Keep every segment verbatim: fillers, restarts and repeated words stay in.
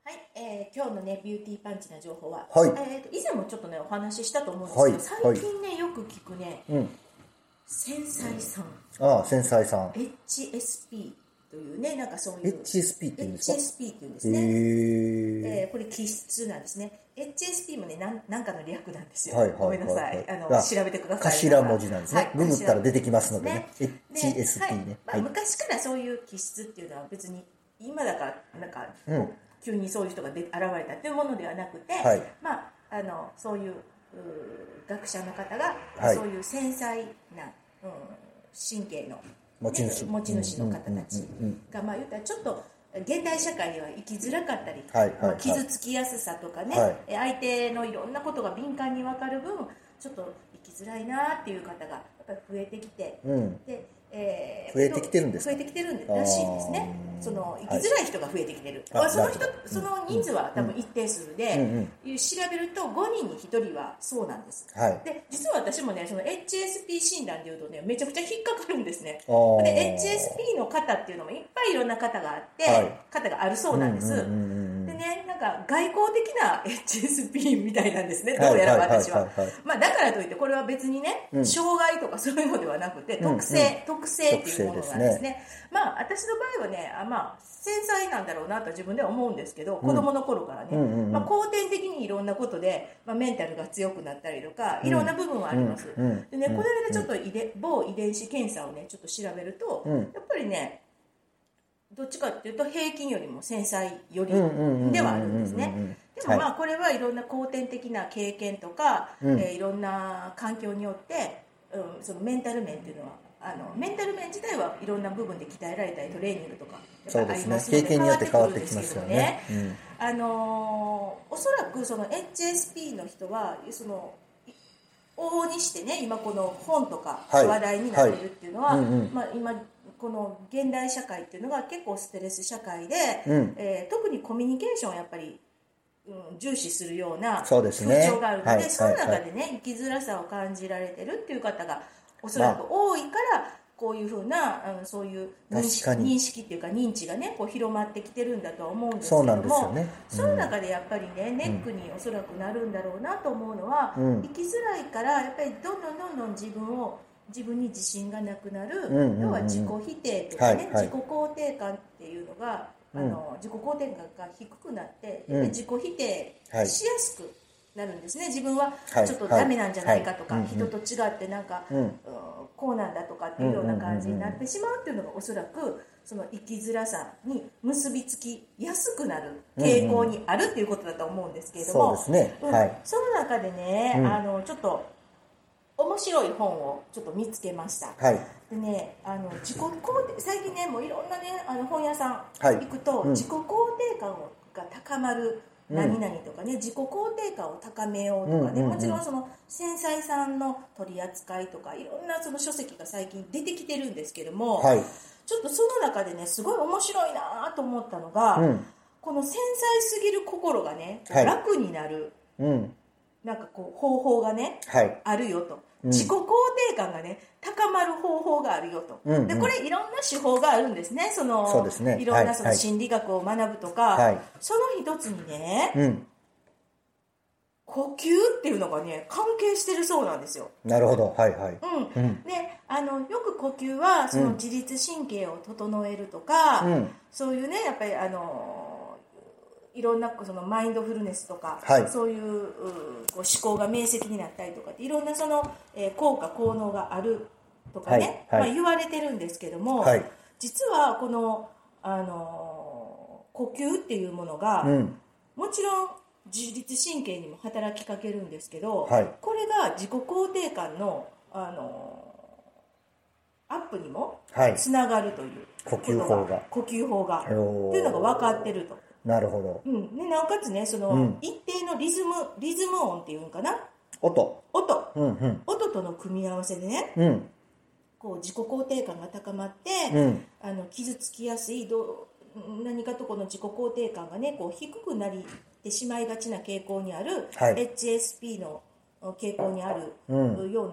はい、えー、今日のねビューティーパンチな情報は、 はいえー、と以前もちょっとねお話ししたと思うんですけど、 はい最近ね、はい、よく聞くね、うん、繊細さん、 ああ繊細さんエイチエスピー というね、なんかそういうエイチエスピー って言うんですか？ エイチエスピー って言うんですね。 へー、 えー、これ気質なんですね。 エイチエスピー もね、なんなんかの略なんですよ、 はいはいはいはい、 ごめんなさい、あの調べてください。 頭文字なんですね、はい、ググったら出てきますのでね、 ねエイチエスピー ね、 はい、まあ、昔からそういう気質っていうのは別に今だからなんか、うん、急にそういう人がで現れたっていうものではなくて、はい、まあ、あのそういう、う学者の方が、はい、そういう繊細な、うん、神経の、ね、持ち主、持ち主の方たちが、まあ、言ったらちょっと現代社会では生きづらかったり、はいはいはい、まあ、傷つきやすさとかね、はい、相手のいろんなことが敏感に分かる分ちょっと生きづらいなっていう方がやっぱり増えてきて、うん、でえー、 増えてきてるんですか？ 増えてきてるらしいですね。その生きづらい人が増えてきてる、はい、その人その人数は多分一定数で、うんうん、調べるとごにんにひとりはそうなんです、はい、で実は私もねその エイチエスピー 診断でいうとねめちゃくちゃ引っかかるんですね。で エイチエスピー の方っていうのもいっぱいいろんな方があって、はい、方があるそうなんです、うんうんうんうん、でねなんか外交的な エイチエスピー みたいなんですね、どうやら私は、まあ、だからといってこれは別にね、うん、障害とかそういうのではなくて特性、うんうん、特性っていうものなんですね。まあ私の場合はねあ、まあ、繊細なんだろうなと自分では思うんですけど、子供の頃からね、うんうんうん、まあ、後天的にいろんなことで、まあ、メンタルが強くなったりとかいろんな部分はあります、うんうん、でねこの間ちょっと遺伝某遺伝子検査をねちょっと調べると、うん、やっぱりねどっちかっていうと平均よりも繊細よりではあるんですね。でもまあこれはいろんな後天的な経験とか、うん、えー、いろんな環境によって、うん、そのメンタル面っていうのはあのメンタル面自体はいろんな部分で鍛えられたりトレーニングとかやっぱありますので変わってくるんですけどもね、うん、あのおそらくその エイチエスピー の人はその往々にしてね今この本とか話題になっているっていうのは、はいはいうんうんまあ、今この現代社会っていうのが結構ストレス社会で、うんえー、特にコミュニケーションをやっぱり、うん、重視するような風潮があるので、その中でね生きづらさを感じられてるっていう方がおそらく多いから、まあ、こういうふうなあのそういう認識、認識っていうか認知がねこう広まってきてるんだとは思うんですけども、そうなんですよね、うん、その中でやっぱりねネックにおそらくなるんだろうなと思うのは、うん、生きづらいからやっぱりどんどんどんどん自分を自分に自信がなくなる、うんうんうん、要は自己否定とかね、はいはい、自己肯定感っていうのが、うん、あの自己肯定感が低くなってやっぱり自己否定しやすくなるんですね、自分はちょっとダメなんじゃないかとか、はいはい、人と違ってなんか、うん、こうなんだとかっていうような感じになってしまうっていうのがおそらくその生きづらさに結びつきやすくなる傾向にあるっていうことだと思うんですけれども、うんうん、そうですね、はい、その中でね、うん、あのちょっと面白い本をちょっと見つけました、はい、でねあの自己肯定最近ねもういろんなねあの本屋さん行くと、はいうん、自己肯定感が高まる何々とかね、うん、自己肯定感を高めようとかね、うんうんうん、もちろんその繊細さんの取り扱いとかいろんなその書籍が最近出てきてるんですけども、はい、ちょっとその中でねすごい面白いなと思ったのが、うん、この繊細すぎる心がね楽になる、はいうんなんかこう方法がね、はい、あるよと、うん、自己肯定感がね高まる方法があるよと、うんうん、でこれいろんな手法があるんですね、そのそうですねいろんなその心理学を学ぶとか、はい、その一つにね、うん、呼吸っていうのがね関係してるそうなんですよ。 なるほど、はいはい、 うんうん、であのよく呼吸はその自律神経を整えるとか、うん、そういうねやっぱりあのいろんなそのマインドフルネスとか、はい、そういう、うこう思考が明晰になったりとかいろんなその、えー、効果効能があるとかね、はいはいまあ、言われてるんですけども、はい、実はこの、あのー、呼吸っていうものが、うん、もちろん自律神経にも働きかけるんですけど、はい、これが自己肯定感の、あのー、アップにもつながるということが、はい、呼吸法が呼吸法がっていうのが分かってると。 なるほど、 うんね、なおかつねその、うん、一定のリズムリズム音っていうんかな音音、 うんうん、 音との組み合わせでね、うん、こう自己肯定感が高まって、うん、あの傷つきやすいど何かとこの自己肯定感がねこう低くなりてしまいがちな傾向にある、はい、エイチエスピー の傾向にあるような、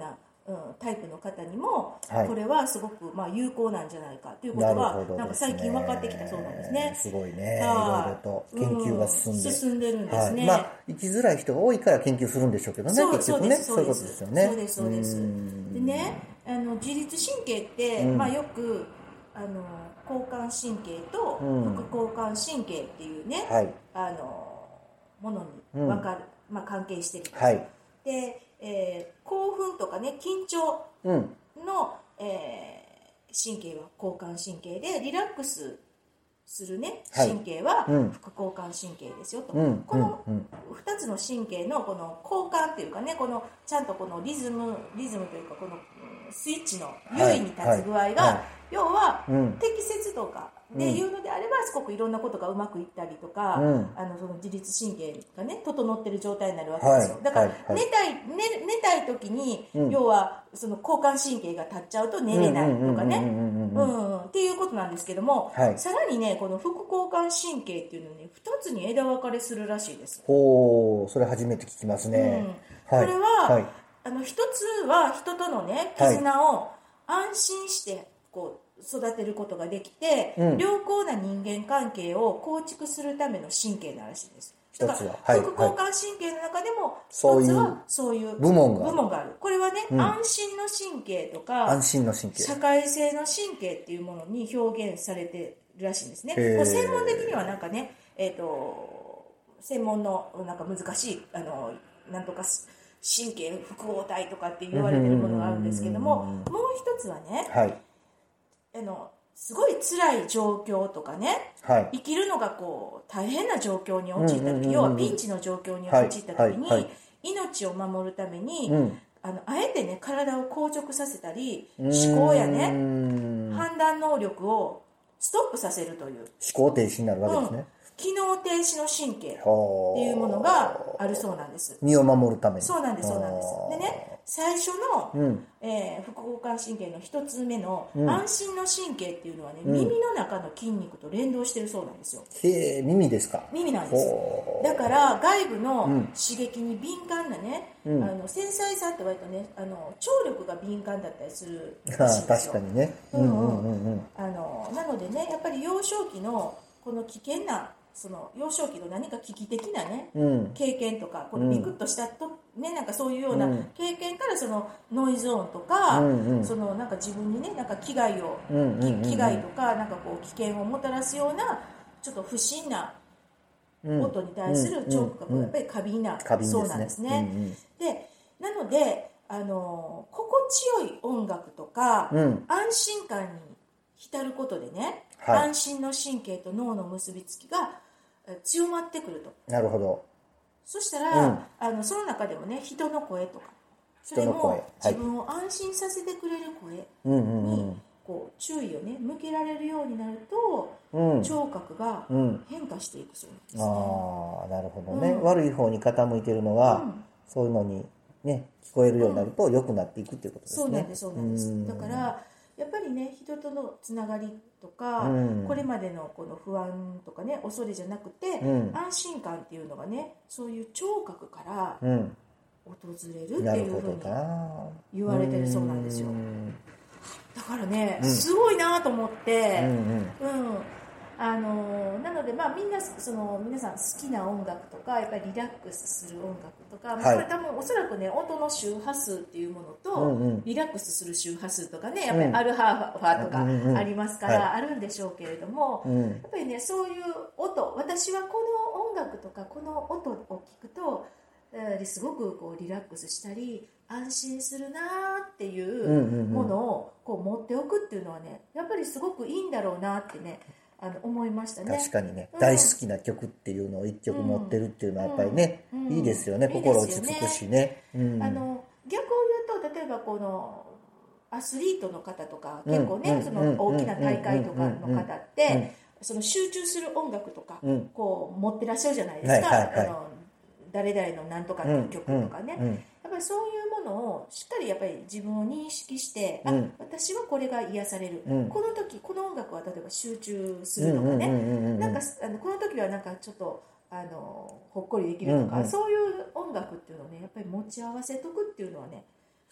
うん、タイプの方にも、 はい、 これはすごく、まあ、有効なんじゃないかということが、な, なんか最近分かってきたそうなんですね。 すごいね。いろいろと研究が進んで、 うん、進んでるんですね。 はい、まあ生きづらい人が多いから研究するんでしょうけどね。 そう結局ね、 そういうことですよね。 そうですそうです。でね、あの自律神経って、うん、まあよくあの交感神経と副交感神経っていうね、うん、あのものに分かる、うん、まあ関係してるんですよ。はい、で、えー、興奮とかね、緊張の、うんえー、神経は交感神経で、リラックスするね神経は副交感神経ですよと、うん、このふたつの神経のこの交換っていうかね、このちゃんとこのリズムリズムというかこのスイッチの優位に立つ具合が、はいはい、要は適切とかでいうのであれば、すごくいろんなことがうまくいったりとか、うん、あのその自律神経がね整ってる状態になるわけですよ。はい、だから寝たい、寝、寝たい時に、うん、要はその交感神経が立っちゃうと寝れないとかねっていうことなんですけども、はい、さらにねこの副交感神経っていうのにふたつに枝分かれするらしいです。 ほう、それ初めて聞きますね。 うん、はい、これは、はい、あの一つは人とのね絆を安心してこう育てることができて、うん、良好な人間関係を構築するための神経ならしいです。だから副交感神経の中でも一つはそういう部門がある。部門がある。これはね、うん、安心の神経とか安心の神経、 社会性の神経っていうものに表現されてるらしいんですね。もう専門的にはなんかね、えっと専門のなんか難しいあのなんとか神経複合体とかって言われてるものがあるんですけども、もう一つはね、はい、あのすごい辛い状況とかね、はい、生きるのがこう大変な状況に陥った時、要はピンチの状況に陥った時に、はいはいはい、命を守るために、うん、あのあえてね体を硬直させたり、思考やね判断能力をストップさせるという思考停止になるわけですね。うん、 機能停止の神経っていうものがあるそうなんです。 身を守るために。 そうなんですそうなんです。でね、最初の、うんえー、副交感神経の一つ目の安心の神経っていうのはね、うん、耳の中の筋肉と連動してるそうなんですよ。 へー、耳ですか。 耳なんです。だから外部の刺激に敏感なね、うん、あの繊細さって言われるとね、あの聴力が敏感だったりするらしいんですよ。 確かにね。 うんうんうんうん、あのなのでね、やっぱり幼少期のこの危険なその幼少期の何か危機的なね、うん、経験とかこのビクッとしたと、うん、ね、なんかそういうような経験からそのノイズ音とか、うんうん、そのなんか自分にねなんか危害を、うんうんうんうん、危害とかなんかこう危険をもたらすようなちょっと不審な音に対する聴覚がやっぱり過敏な、うんうん、そうなんですね。うんうん、でなのであの心地よい音楽とか、うん、安心感に浸ることでね、はい、安心の神経と脳の結びつきが強まってくると。 なるほど。 そしたら、うん、あのその中でもね人の声とかそれも自分を安心させてくれる声にこう注意をね向けられるようになると、うん、聴覚が変化していくそうなんですね。 ああ、なるほどね、うん、悪い方に傾いてるのが、うん、そういうのにね聞こえるようになると良くなっていくっていうことですね。 そうなんですそうなんです。だからやっぱりね人とのつながりとか、うん、これまでのこの不安とかね恐れじゃなくて、うん、安心感っていうのがねそういう聴覚から訪れるっていうふうに言われてるそうなんですよ。だからね、うん、すごいなと思って、うんうんうんあのなので、まあ、みんなその皆さん好きな音楽とかやっぱりリラックスする音楽とか、はい、これ多分おそらくね音の周波数っていうものと、うんうん、リラックスする周波数とかねやっぱりアルファ波とかありますから、うんうんうん、あるんでしょうけれども、はい、やっぱりねそういう音、私はこの音楽とかこの音を聞くとすごくこうリラックスしたり安心するなっていうものをこう持っておくっていうのはねやっぱりすごくいいんだろうなってねあの思いましたね。 確かにね、うん、大好きな曲っていうのを一曲持ってるっていうのはやっぱりね、うんうん、いいですよね。心落ち着くしね。うん、 あの逆を言うと例えばこのアスリートの方とか結構ね、うん、その大きな大会とかの方ってその集中する音楽とかこう持ってらっしゃるじゃないですか。はいはいはい、あの誰々のなんとかの曲とかね、うんうんうん、やっぱりそういうものをしっかりやっぱり自分を認識して、うん、あ、私はこれが癒される、うん、この時この音楽は例えば集中するとかね、なんかあのこの時はなんかちょっとあのほっこりできるとか、うんうん、そういう音楽っていうのをねやっぱり持ち合わせとくっていうのはね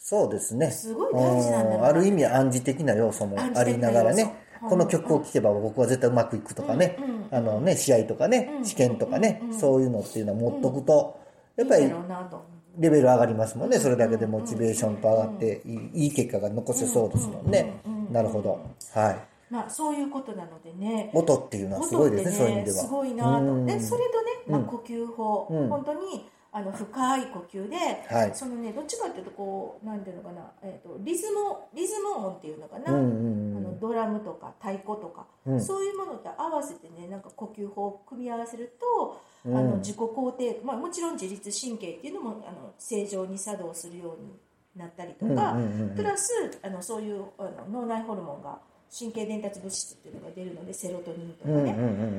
そうですね。 すごい大事なんだな。 ある意味暗示的な要素もありながらね、この曲を聴けば僕は絶対うまくいくとかね、あのね、試合とかね、試験とかね、そういうのっていうのを持っとくと、やっぱりレベル上がりますもんね。それだけでモチベーションと上がっていい結果が残せそうですもんね。なるほど。はい。 まあ、そういうことなのでね、 音っていうのはすごいですね、そういう意味では。 すごいなと。で、それとね、まあ、呼吸法、本当にあの深い呼吸で、はい、そのね、どっちかっていうとこう、なんていうのかな、えーと、リズムリズム音っていうのかな、うんうんうん、あのドラムとか太鼓とか、うん、そういうものと合わせてね、なんか呼吸法を組み合わせると、うん、あの自己肯定、まあ、もちろん自律神経っていうのもあの正常に作動するようになったりとか、うんうんうんうん、プラスあのそういうあの脳内ホルモンが神経伝達物質っていうのが出るので、セロトニンとかね、うんうんうん、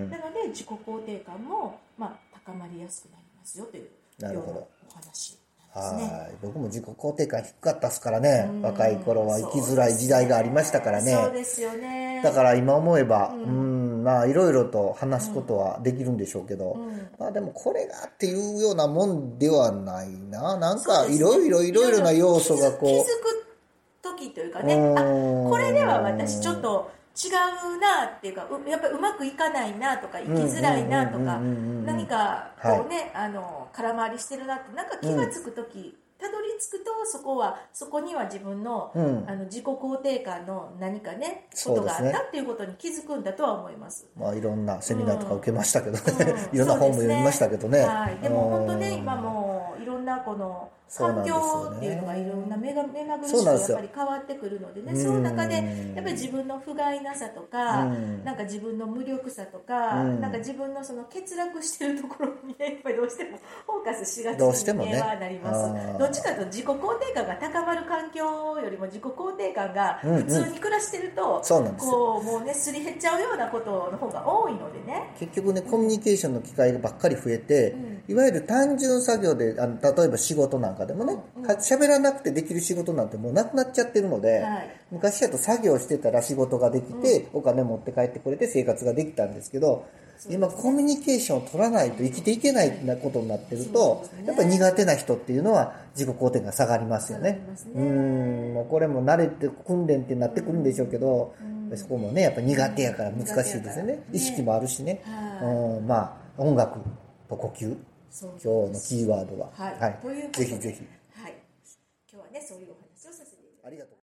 なので自己肯定感も、まあ、高まりやすくなりますよというようなお話なんですね。 はい、僕も自己肯定感低かったですからね、若い頃は生きづらい時代がありましたからね。 そうですよね。 だから今思えば、うん、うんまあいろいろと話すことはできるんでしょうけど、うん、まあでもこれがっていうようなもんではないな。なんかいろいろいろいろな要素がこう。 気づく時というかね、あ、これでは私ちょっと違うなっていうか、やっぱりうまくいかないなとか、生きづらいなとか、何かこうね、はい、あの空回りしてるなってなんか気がつく時、たどり着くとそこはそこには自分の、うん、あの自己肯定感の何かねことがあったっていうことに気づくんだとは思います。 まあいろんなセミナーとか受けましたけどね、うん、いろんな本も読みましたけどね。 はい、でも本当ね今もういろんなこの環境っていうのがいろんな目が目まぐるしくやっぱり変わってくるのでね、その中でやっぱり自分の不甲斐なさとか、なんか自分の無力さとか、なんか自分のその欠落してるところにねやっぱりどうしてもフォーカスしがちにはなります。どっちかというと自己肯定感が高まる環境よりも自己肯定感が普通に暮らしてると、うんうん、こうもうねすり減っちゃうようなことの方が多いのでね。 結局ねコミュニケーションの機会ばっかり増えて、うん、いわゆる単純作業であの例えば仕事なんかでもね、喋、うん、らなくてできる仕事なんてもうなくなっちゃってるので、はい、昔だと作業してたら仕事ができて、うん、お金持って帰ってくれて生活ができたんですけど、今コミュニケーションを取らないと生きていけないなことになってると、ね、やっぱり苦手な人っていうのは自己肯定が下がりますよね。うーん、もうこれも慣れて訓練ってなってくるんでしょうけど、うん、そこもねやっぱ苦手やから難しいですよね。ね、意識もあるしね。うん、まあ音楽と呼吸、今日のキーワードは、 はい、はい、ということでぜひぜひ、 はい、今日はねそういうお話をさせていただきました。ありがとう。